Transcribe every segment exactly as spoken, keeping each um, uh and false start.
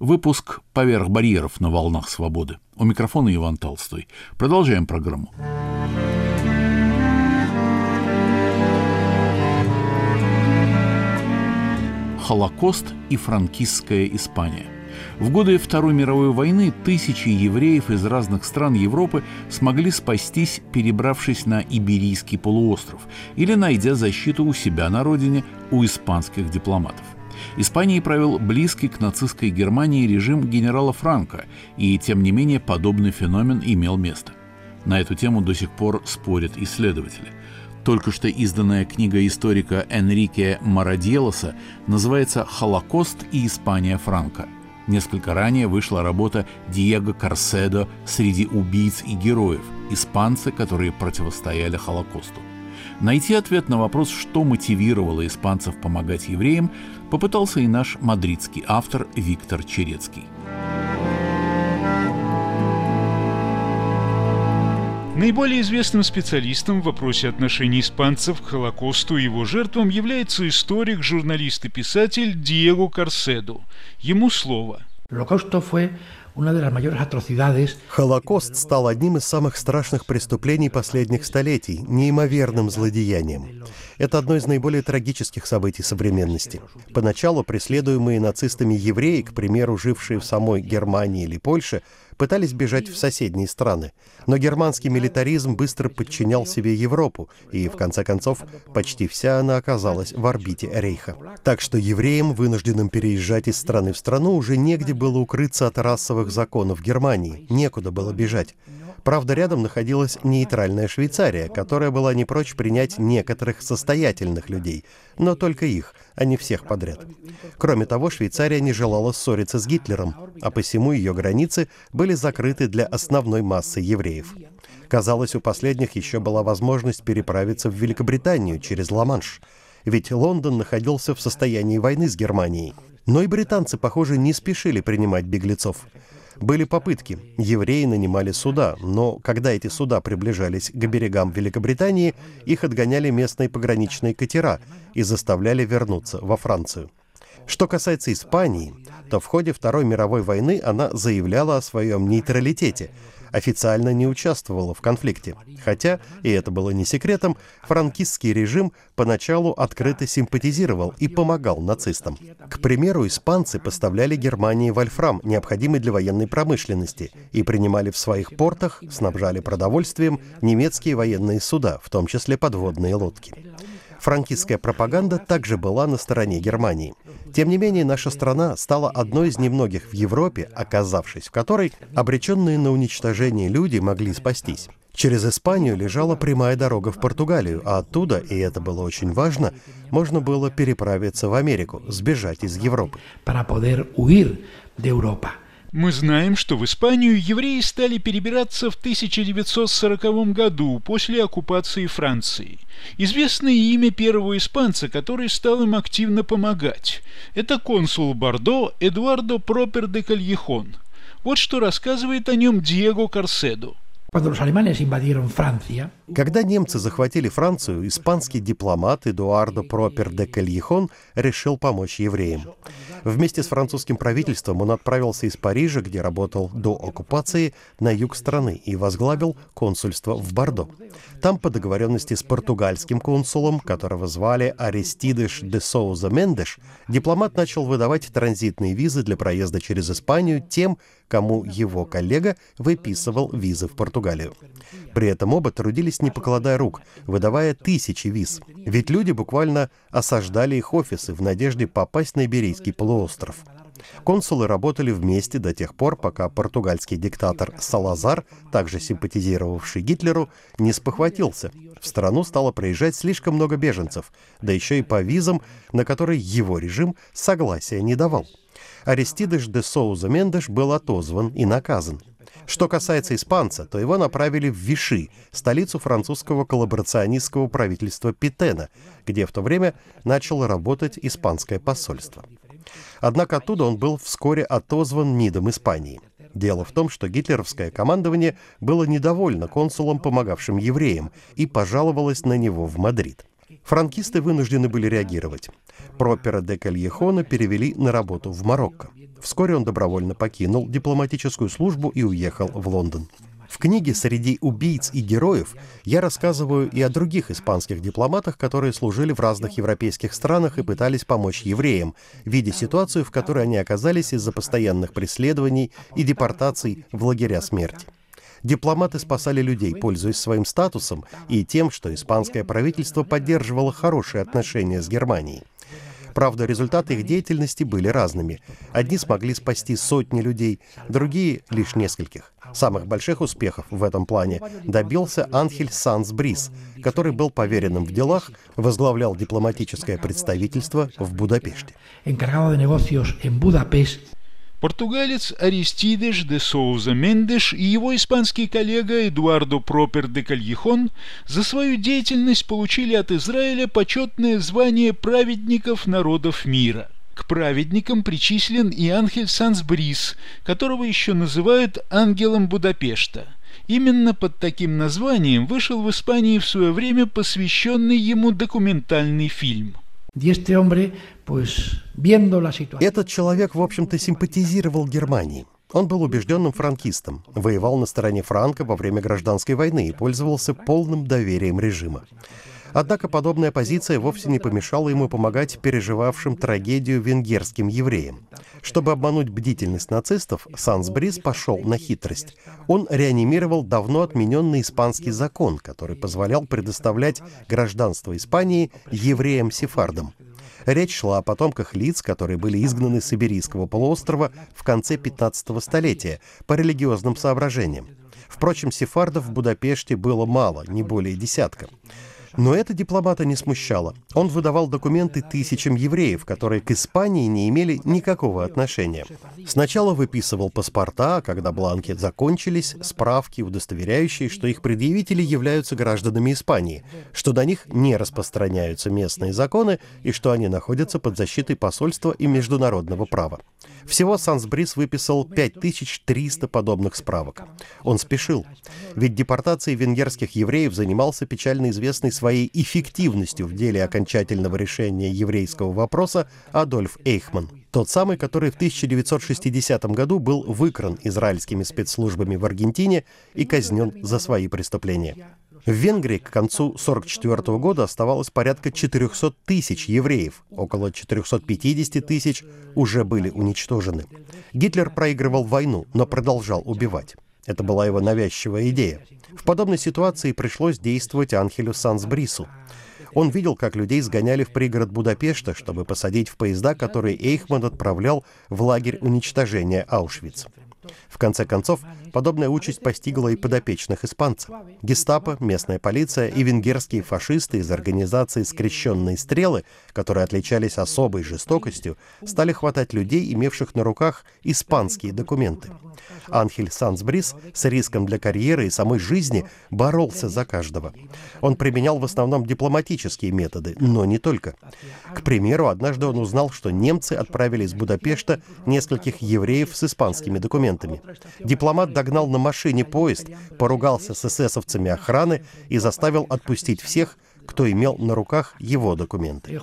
Выпуск «Поверх барьеров» на волнах свободы. У микрофона Иван Толстой. Продолжаем программу. Холокост и франкистская Испания. В годы Второй мировой войны тысячи евреев из разных стран Европы смогли спастись, перебравшись на Иберийский полуостров или найдя защиту у себя на родине у испанских дипломатов. Испанией правил близкий к нацистской Германии режим генерала Франко, и, тем не менее, подобный феномен имел место. На эту тему до сих пор спорят исследователи. Только что изданная книга историка Энрике Марадьелоса называется «Холокост и Испания Франко». Несколько ранее вышла работа Диего Карседо «Среди убийц и героев. Испанцы, которые противостояли Холокосту». Найти ответ на вопрос, что мотивировало испанцев помогать евреям, попытался и наш мадридский автор Виктор Черецкий. Наиболее известным специалистом в вопросе отношений испанцев к Холокосту и его жертвам является историк, журналист и писатель Диего Карседо. Ему слово. Холокост стал одним из самых страшных преступлений последних столетий, неимоверным злодеянием. Это одно из наиболее трагических событий современности. Поначалу преследуемые нацистами евреи, к примеру, жившие в самой Германии или Польше, пытались бежать в соседние страны. Но германский милитаризм быстро подчинял себе Европу, и, в конце концов, почти вся она оказалась в орбите Рейха. Так что евреям, вынужденным переезжать из страны в страну, уже негде было укрыться от расовых законов Германии, некуда было бежать. Правда, рядом находилась нейтральная Швейцария, которая была не прочь принять некоторых состоятельных людей, но только их, а не всех подряд. Кроме того, Швейцария не желала ссориться с Гитлером, а посему ее границы были закрыты для основной массы евреев. Казалось, у последних еще была возможность переправиться в Великобританию через Ла-Манш, ведь Лондон находился в состоянии войны с Германией. Но и британцы, похоже, не спешили принимать беглецов. Были попытки. Евреи нанимали суда, но когда эти суда приближались к берегам Великобритании, их отгоняли местные пограничные катера и заставляли вернуться во Францию. Что касается Испании, то в ходе Второй мировой войны она заявляла о своем нейтралитете, официально не участвовала в конфликте. Хотя, и это было не секретом, франкистский режим поначалу открыто симпатизировал и помогал нацистам. К примеру, испанцы поставляли Германии вольфрам, необходимый для военной промышленности, и принимали в своих портах, снабжали продовольствием немецкие военные суда, в том числе подводные лодки. Франкистская пропаганда также была на стороне Германии. Тем не менее, наша страна стала одной из немногих в Европе, оказавшись в которой обреченные на уничтожение люди могли спастись. Через Испанию лежала прямая дорога в Португалию, а оттуда, и это было очень важно, можно было переправиться в Америку, сбежать из Европы. Мы знаем, что в Испанию евреи стали перебираться в тысяча девятьсот сороковом году, после оккупации Франции. Известно и имя первого испанца, который стал им активно помогать. Это консул Бордо Эдуардо Пропер де Кальехон. Вот что рассказывает о нем Диего Карседо. Когда немцы захватили Францию, испанский дипломат Эдуардо Пропер де Кальехон решил помочь евреям. Вместе с французским правительством он отправился из Парижа, где работал до оккупации, на юг страны и возглавил консульство в Бордо. Там, по договоренности с португальским консулом, которого звали Аристидеш де Соуза Мендеш, дипломат начал выдавать транзитные визы для проезда через Испанию тем, кому его коллега выписывал визы в Португалию. При этом оба трудились, не покладая рук, выдавая тысячи виз. Ведь люди буквально осаждали их офисы в надежде попасть на Иберийский полуостров. Консулы работали вместе до тех пор, пока португальский диктатор Салазар, также симпатизировавший Гитлеру, не спохватился. В страну стало приезжать слишком много беженцев, да еще и по визам, на которые его режим согласия не давал. Аристидеш де Соуза Мендеш был отозван и наказан. Что касается испанца, то его направили в Виши, столицу французского коллаборационистского правительства Петена, где в то время начало работать испанское посольство. Однако оттуда он был вскоре отозван МИДом Испании. Дело в том, что гитлеровское командование было недовольно консулом, помогавшим евреям, и пожаловалось на него в Мадрид. Франкисты вынуждены были реагировать. Пропера де Кальехона перевели на работу в Марокко. Вскоре он добровольно покинул дипломатическую службу и уехал в Лондон. В книге «Среди убийц и героев» я рассказываю и о других испанских дипломатах, которые служили в разных европейских странах и пытались помочь евреям, видя ситуацию, в которой они оказались из-за постоянных преследований и депортаций в лагеря смерти. Дипломаты спасали людей, пользуясь своим статусом и тем, что испанское правительство поддерживало хорошие отношения с Германией. Правда, результаты их деятельности были разными. Одни смогли спасти сотни людей, другие — лишь нескольких. Самых больших успехов в этом плане добился Анхель Санс Брис, который был поверенным в делах, возглавлял дипломатическое представительство в Будапеште. Португалец Аристидеш де Соуза Мендеш и его испанский коллега Эдуардо Пропер де Кальехон за свою деятельность получили от Израиля почетное звание праведников народов мира. К праведникам причислен и Анхель Санс Брис, которого еще называют «ангелом Будапешта». Именно под таким названием вышел в Испании в свое время посвященный ему документальный фильм. Этот человек, в общем-то, симпатизировал Германии. Он был убежденным франкистом, воевал на стороне Франко во время гражданской войны и пользовался полным доверием режима. Однако подобная позиция вовсе не помешала ему помогать переживавшим трагедию венгерским евреям. Чтобы обмануть бдительность нацистов, Санс Брис пошел на хитрость. Он реанимировал давно отмененный испанский закон, который позволял предоставлять гражданство Испании евреям-сефардам. Речь шла о потомках лиц, которые были изгнаны с Иберийского полуострова в конце пятнадцатого столетия по религиозным соображениям. Впрочем, сефардов в Будапеште было мало, не более десятка. Но это дипломата не смущало. Он выдавал документы тысячам евреев, которые к Испании не имели никакого отношения. Сначала выписывал паспорта, а когда бланки закончились, справки, удостоверяющие, что их предъявители являются гражданами Испании, что до них не распространяются местные законы и что они находятся под защитой посольства и международного права. Всего Санс Брис выписал пять тысяч триста подобных справок. Он спешил, ведь депортацией венгерских евреев занимался печально известный своей эффективностью в деле окончательного решения еврейского вопроса Адольф Эйхман. Тот самый, который в тысяча девятьсот шестидесятом году был выкран израильскими спецслужбами в Аргентине и казнен за свои преступления. В Венгрии к концу сорок четвёртого года оставалось порядка четырехсот тысяч евреев, около четырехсот пятидесяти тысяч уже были уничтожены. Гитлер проигрывал войну, но продолжал убивать. Это была его навязчивая идея. В подобной ситуации пришлось действовать Анхелю Санс Брису. Он видел, как людей сгоняли в пригород Будапешта, чтобы посадить в поезда, которые Эйхман отправлял в лагерь уничтожения Аушвиц. В конце концов, подобная участь постигла и подопечных испанцев. Гестапо, местная полиция и венгерские фашисты из организации «Скрещенные стрелы», которые отличались особой жестокостью, стали хватать людей, имевших на руках испанские документы. Анхель Санс Брис с риском для карьеры и самой жизни боролся за каждого. Он применял в основном дипломатические методы, но не только. К примеру, однажды он узнал, что немцы отправили из Будапешта нескольких евреев с испанскими документами. Дипломат догнал на машине поезд, поругался с эсэсовцами охраны и заставил отпустить всех, кто имел на руках его документы.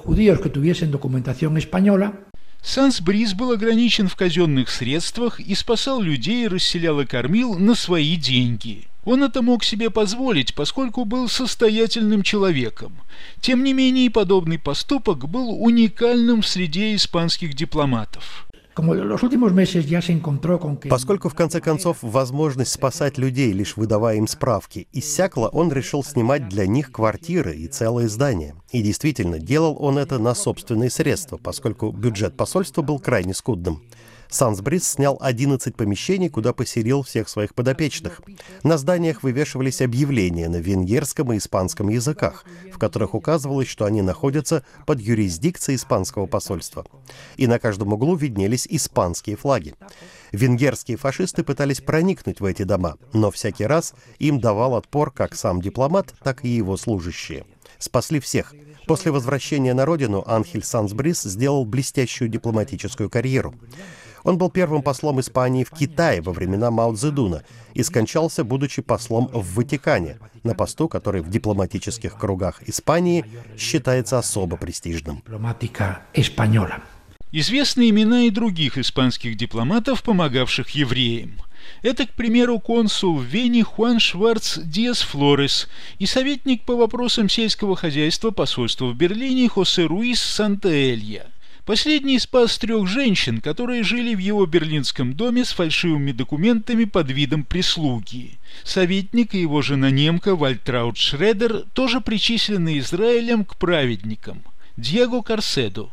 Санс Брис был ограничен в казенных средствах и спасал людей, расселял и кормил на свои деньги. Он это мог себе позволить, поскольку был состоятельным человеком. Тем не менее, подобный поступок был уникальным среди испанских дипломатов. Поскольку, в конце концов, возможность спасать людей, лишь выдавая им справки, иссякла, он решил снимать для них квартиры и целые здания. И действительно, делал он это на собственные средства, поскольку бюджет посольства был крайне скудным. Санс Брис снял одиннадцать помещений, куда поселил всех своих подопечных. На зданиях вывешивались объявления на венгерском и испанском языках, в которых указывалось, что они находятся под юрисдикцией испанского посольства. И на каждом углу виднелись испанские флаги. Венгерские фашисты пытались проникнуть в эти дома, но всякий раз им давал отпор как сам дипломат, так и его служащие. Спасли всех. После возвращения на родину Анхель Санс Брис сделал блестящую дипломатическую карьеру. Он был первым послом Испании в Китае во времена Мао Цзэдуна и скончался, будучи послом в Ватикане, на посту, который в дипломатических кругах Испании считается особо престижным. Известны имена и других испанских дипломатов, помогавших евреям. Это, к примеру, консул в Вене Хуан Шварц Диас Флорес и советник по вопросам сельского хозяйства посольства в Берлине Хосе Руис Сантаэлья. Последний спас трех женщин, которые жили в его берлинском доме с фальшивыми документами под видом прислуги. Советник и его жена-немка Вальтраут Шредер тоже причислены Израилем к праведникам. Диего Карседо.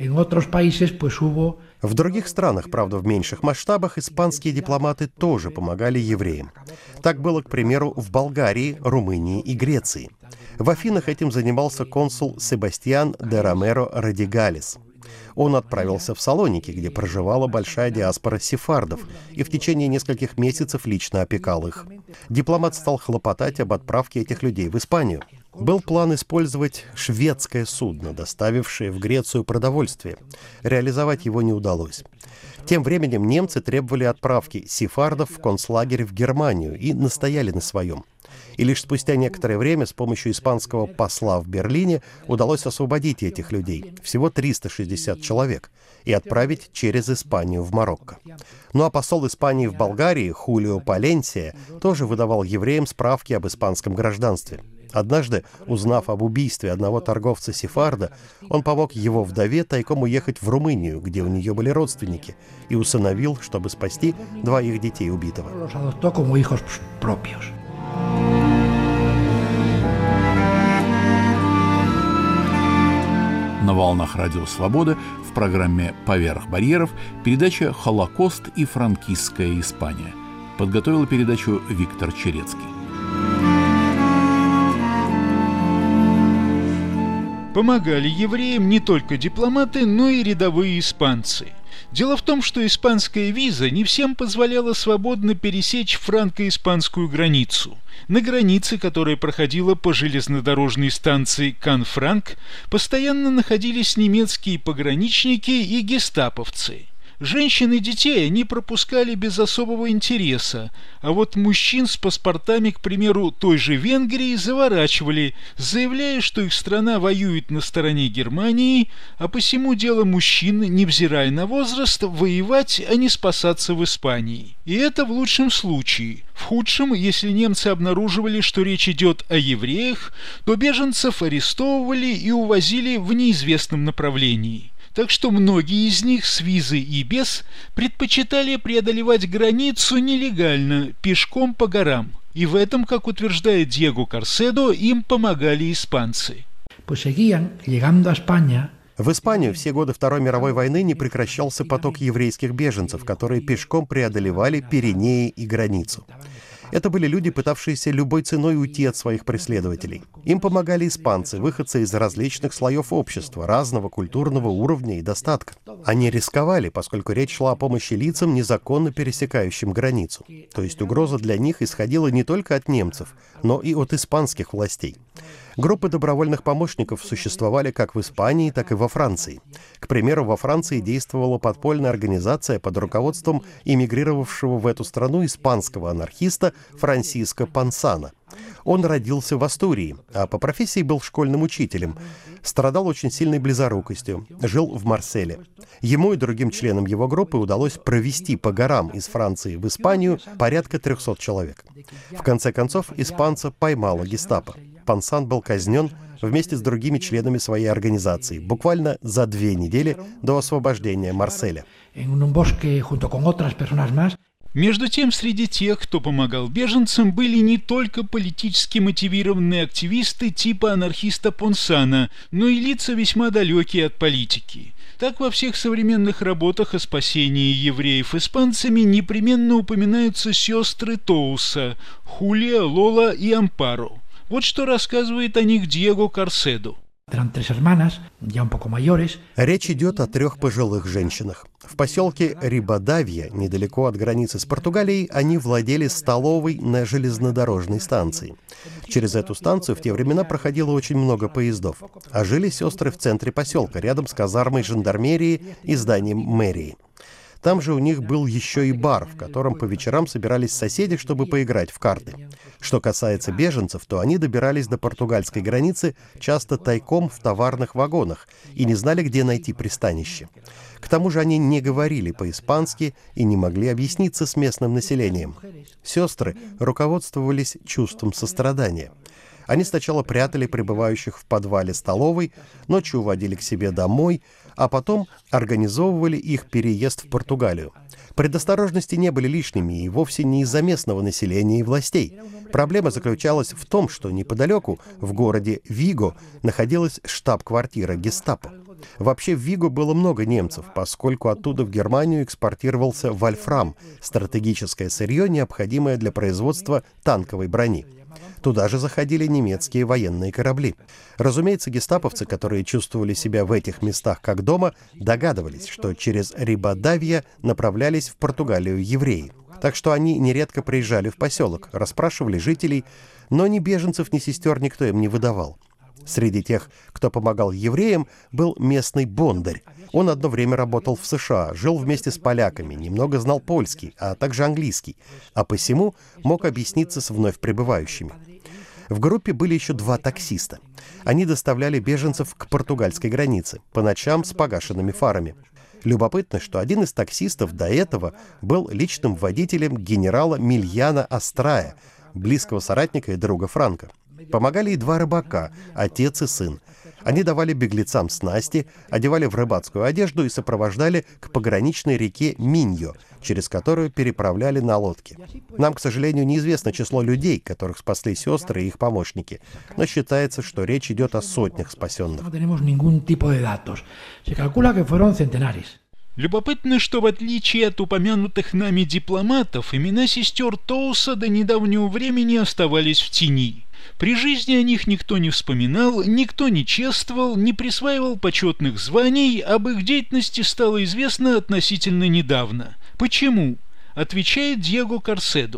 В других странах, правда, в меньших масштабах, испанские дипломаты тоже помогали евреям. Так было, к примеру, в Болгарии, Румынии и Греции. В Афинах этим занимался консул Себастьян де Ромеро Радигалис. Он отправился в Салоники, где проживала большая диаспора сефардов, и в течение нескольких месяцев лично опекал их. Дипломат стал хлопотать об отправке этих людей в Испанию. Был план использовать шведское судно, доставившее в Грецию продовольствие. Реализовать его не удалось. Тем временем немцы требовали отправки сефардов в концлагерь в Германию и настояли на своем. И лишь спустя некоторое время с помощью испанского посла в Берлине удалось освободить этих людей, всего триста шестьдесят человек, и отправить через Испанию в Марокко. Ну а посол Испании в Болгарии Хулио Паленсия тоже выдавал евреям справки об испанском гражданстве. Однажды, узнав об убийстве одного торговца сефарда, он помог его вдове тайком уехать в Румынию, где у нее были родственники, и усыновил, чтобы спасти двоих детей убитого. На волнах Радио Свобода в программе «Поверх барьеров» передача «Холокост и франкистская Испания». Подготовила передачу Виктор Черецкий. Помогали евреям не только дипломаты, но и рядовые испанцы. Дело в том, что испанская виза не всем позволяла свободно пересечь франко-испанскую границу. На границе, которая проходила по железнодорожной станции Канфранк, постоянно находились немецкие пограничники и гестаповцы. Женщин и детей они пропускали без особого интереса, а вот мужчин с паспортами, к примеру, той же Венгрии, заворачивали, заявляя, что их страна воюет на стороне Германии, а посему дело мужчин, невзирая на возраст, воевать, а не спасаться в Испании. И это в лучшем случае. В худшем, если немцы обнаруживали, что речь идет о евреях, то беженцев арестовывали и увозили в неизвестном направлении. Так что многие из них с визой и без предпочитали преодолевать границу нелегально, пешком по горам. И в этом, как утверждает Диего Карседо, им помогали испанцы. В Испанию все годы Второй мировой войны не прекращался поток еврейских беженцев, которые пешком преодолевали Пиренеи и границу. Это были люди, пытавшиеся любой ценой уйти от своих преследователей. Им помогали испанцы, выходцы из различных слоев общества, разного культурного уровня и достатка. Они рисковали, поскольку речь шла о помощи лицам, незаконно пересекающим границу. То есть угроза для них исходила не только от немцев, но и от испанских властей. Группы добровольных помощников существовали как в Испании, так и во Франции. К примеру, во Франции действовала подпольная организация под руководством эмигрировавшего в эту страну испанского анархиста Франсиско Пансана. Он родился в Астурии, а по профессии был школьным учителем. Страдал очень сильной близорукостью, жил в Марселе. Ему и другим членам его группы удалось провести по горам из Франции в Испанию порядка трехсот человек. В конце концов, испанца поймала гестапо. Пансан был казнен вместе с другими членами своей организации, буквально за две недели до освобождения Марселя. Между тем, среди тех, кто помогал беженцам, были не только политически мотивированные активисты типа анархиста Пансана, но и лица весьма далекие от политики. Так во всех современных работах о спасении евреев испанцами непременно упоминаются сестры Тоуса – Хулия, Лола и Ампаро. Вот что рассказывает о них Диего Карседо. Речь идет о трех пожилых женщинах. В поселке Рибадавья, недалеко от границы с Португалией, они владели столовой на железнодорожной станции. Через эту станцию в те времена проходило очень много поездов. А жили сестры в центре поселка, рядом с казармой жандармерии и зданием мэрии. Там же у них был еще и бар, в котором по вечерам собирались соседи, чтобы поиграть в карты. Что касается беженцев, то они добирались до португальской границы часто тайком в товарных вагонах и не знали, где найти пристанище. К тому же они не говорили по-испански и не могли объясниться с местным населением. Сестры руководствовались чувством сострадания. Они сначала прятали пребывающих в подвале столовой, ночью уводили к себе домой, а потом организовывали их переезд в Португалию. Предосторожности не были лишними и вовсе не из-за местного населения и властей. Проблема заключалась в том, что неподалеку, в городе Виго, находилась штаб-квартира гестапо. Вообще в Виго было много немцев, поскольку оттуда в Германию экспортировался вольфрам, стратегическое сырье, необходимое для производства танковой брони. Туда же заходили немецкие военные корабли. Разумеется, гестаповцы, которые чувствовали себя в этих местах как дома, догадывались, что через Рибадавия направлялись в Португалию евреи. Так что они нередко приезжали в поселок, расспрашивали жителей, но ни беженцев, ни сестер никто им не выдавал. Среди тех, кто помогал евреям, был местный бондарь. Он одно время работал в США, жил вместе с поляками, немного знал польский, а также английский, а посему мог объясниться с вновь прибывающими. В группе были еще два таксиста. Они доставляли беженцев к португальской границе, по ночам с погашенными фарами. Любопытно, что один из таксистов до этого был личным водителем генерала Мильяна Астрая, близкого соратника и друга Франко. Помогали и два рыбака, отец и сын. Они давали беглецам снасти, одевали в рыбацкую одежду и сопровождали к пограничной реке Миньо, через которую переправляли на лодке. Нам, к сожалению, неизвестно число людей, которых спасли сестры и их помощники, но считается, что речь идет о сотнях спасенных. Любопытно, что в отличие от упомянутых нами дипломатов, имена сестер Тоуса до недавнего времени оставались в тени. При жизни о них никто не вспоминал, никто не чествовал, не присваивал почетных званий, об их деятельности стало известно относительно недавно. Почему? Отвечает Диего Карседо.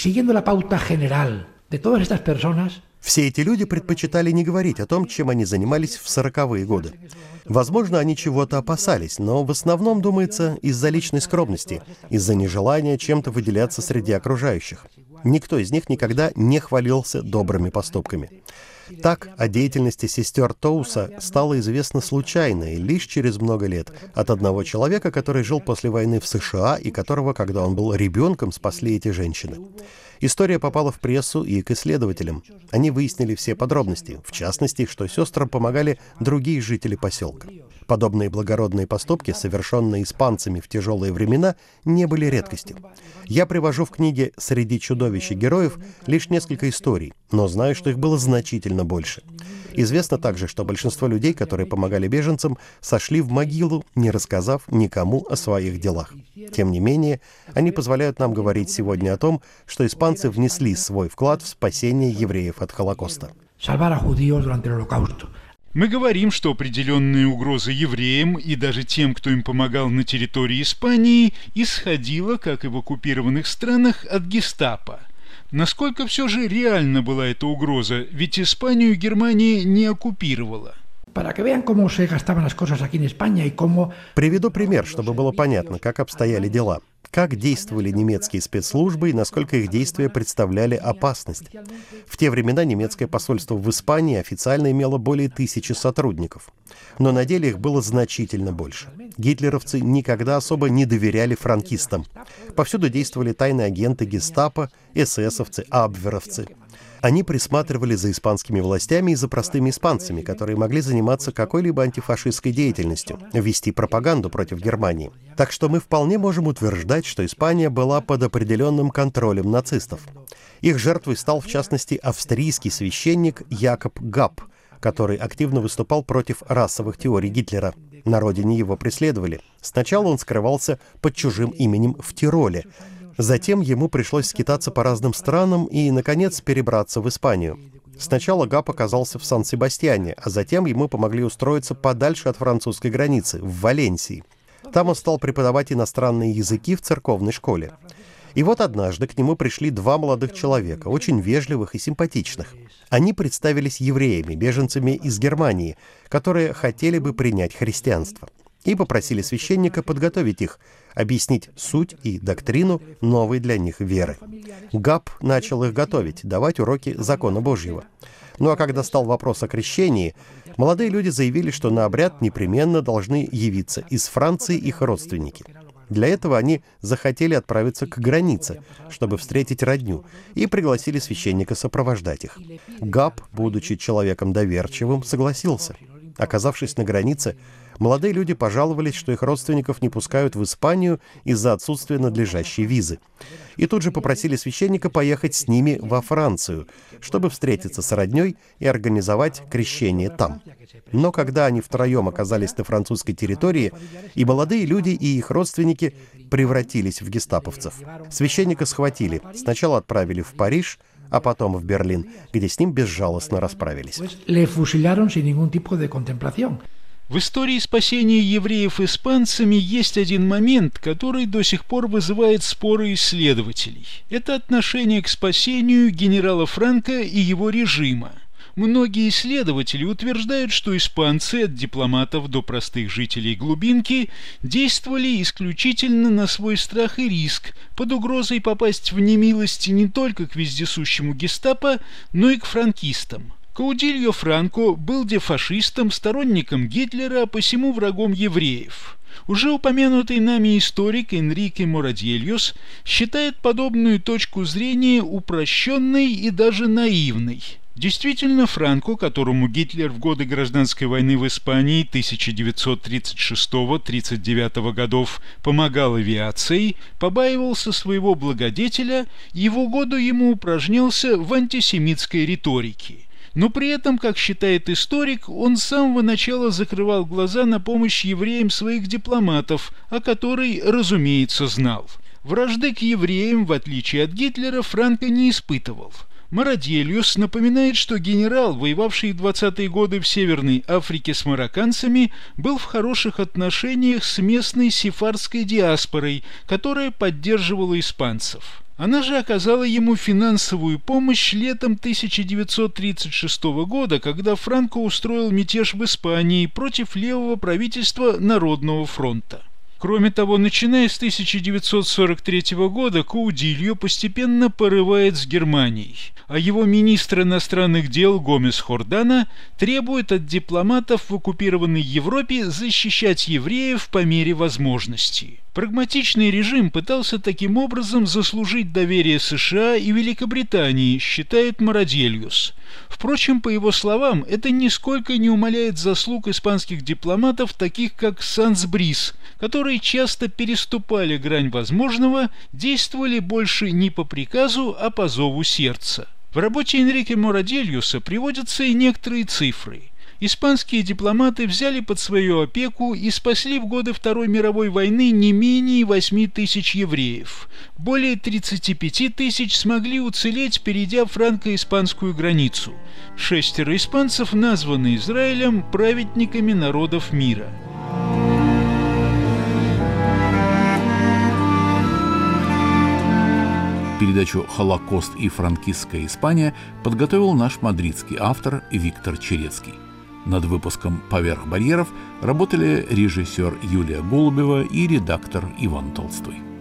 Все эти люди предпочитали не говорить о том, чем они занимались в сороковые годы. Возможно, они чего-то опасались, но в основном, думается, из-за личной скромности, из-за нежелания чем-то выделяться среди окружающих. Никто из них никогда не хвалился добрыми поступками. Так, о деятельности сестер Тоуса стало известно случайно и лишь через много лет от одного человека, который жил после войны в США и которого, когда он был ребенком, спасли эти женщины. История попала в прессу и к исследователям. Они выяснили все подробности, в частности, что сестрам помогали другие жители поселка. Подобные благородные поступки, совершенные испанцами в тяжелые времена, не были редкостью. Я привожу в книге «Среди чудовищ и героев» лишь несколько историй, но знаю, что их было значительно больше. Известно также, что большинство людей, которые помогали беженцам, сошли в могилу, не рассказав никому о своих делах. Тем не менее, они позволяют нам говорить сегодня о том, что испанцы внесли свой вклад в спасение евреев от Холокоста. Мы говорим, что определенная угроза евреям и даже тем, кто им помогал на территории Испании, исходила, как и в оккупированных странах, от гестапо. Насколько все же реально была эта угроза, ведь Испанию Германия не оккупировала? Приведу пример, чтобы было понятно, как обстояли дела. Как действовали немецкие спецслужбы и насколько их действия представляли опасность. В те времена немецкое посольство в Испании официально имело более тысячи сотрудников. Но на деле их было значительно больше. Гитлеровцы никогда особо не доверяли франкистам. Повсюду действовали тайные агенты гестапо, эсэсовцы, абверовцы. Они присматривали за испанскими властями и за простыми испанцами, которые могли заниматься какой-либо антифашистской деятельностью, вести пропаганду против Германии. Так что мы вполне можем утверждать, что Испания была под определенным контролем нацистов. Их жертвой стал, в частности, австрийский священник Якоб Габ, который активно выступал против расовых теорий Гитлера. На родине его преследовали. Сначала он скрывался под чужим именем в Тироле. Затем ему пришлось скитаться по разным странам и, наконец, перебраться в Испанию. Сначала Габ оказался в Сан-Себастьяне, а затем ему помогли устроиться подальше от французской границы, в Валенсии. Там он стал преподавать иностранные языки в церковной школе. И вот однажды к нему пришли два молодых человека, очень вежливых и симпатичных. Они представились евреями, беженцами из Германии, которые хотели бы принять христианство. и попросили священника подготовить их, объяснить суть и доктрину новой для них веры. Габ начал их готовить, давать уроки закона Божьего. Ну а когда стал вопрос о крещении, молодые люди заявили, что на обряд непременно должны явиться из Франции их родственники. Для этого они захотели отправиться к границе, чтобы встретить родню, и пригласили священника сопровождать их. Габ, будучи человеком доверчивым, согласился. Оказавшись на границе, молодые люди пожаловались, что их родственников не пускают в Испанию из-за отсутствия надлежащей визы. И тут же попросили священника поехать с ними во Францию, чтобы встретиться с роднёй и организовать крещение там. Но когда они втроем оказались на французской территории, и молодые люди, и их родственники превратились в гестаповцев. Священника схватили, сначала отправили в Париж, а потом в Берлин, где с ним безжалостно расправились. В истории спасения евреев испанцами есть один момент, который до сих пор вызывает споры исследователей. Это отношение к спасению генерала Франко и его режима. Многие исследователи утверждают, что испанцы, от дипломатов до простых жителей глубинки, действовали исключительно на свой страх и риск, под угрозой попасть в немилость не только к вездесущему гестапо, но и к франкистам. Каудильо Франко был дефашистом, сторонником Гитлера, а посему врагом евреев. Уже упомянутый нами историк Энрике Морадьельос считает подобную точку зрения упрощенной и даже наивной. Действительно, Франко, которому Гитлер в годы гражданской войны в Испании тысяча девятьсот тридцать шестого — тридцать девятого годов помогал авиацией, побаивался своего благодетеля и в угоду ему упражнялся в антисемитской риторике. Но при этом, как считает историк, он с самого начала закрывал глаза на помощь евреям своих дипломатов, о которой, разумеется, знал. Вражды к евреям, в отличие от Гитлера, Франко не испытывал. Морадьельос напоминает, что генерал, воевавший в двадцатые годы в Северной Африке с марокканцами, был в хороших отношениях с местной сефардской диаспорой, которая поддерживала испанцев. Она же оказала ему финансовую помощь летом тысяча девятьсот тридцать шестого года, когда Франко устроил мятеж в Испании против левого правительства Народного фронта. Кроме того, начиная с тысяча девятьсот сорок третьего года, Каудильо постепенно порывает с Германией, а его министр иностранных дел Гомес Хордана требует от дипломатов в оккупированной Европе защищать евреев по мере возможности. Прагматичный режим пытался таким образом заслужить доверие США и Великобритании, считает Морадьельос. Впрочем, по его словам, это нисколько не умаляет заслуг испанских дипломатов, таких как Санс-Брис, которые часто переступали грань возможного, действовали больше не по приказу, а по зову сердца. В работе Энрике Морадьельоса приводятся и некоторые цифры. Испанские дипломаты взяли под свою опеку и спасли в годы Второй мировой войны не менее восьми тысяч евреев. Более тридцати пяти тысяч смогли уцелеть, перейдя франко-испанскую границу. Шестеро испанцев названы Израилем праведниками народов мира. Передачу «Холокост и франкистская Испания» подготовил наш мадридский автор Виктор Черецкий. Над выпуском «Поверх барьеров» работали режиссер Юлия Голубева и редактор Иван Толстой.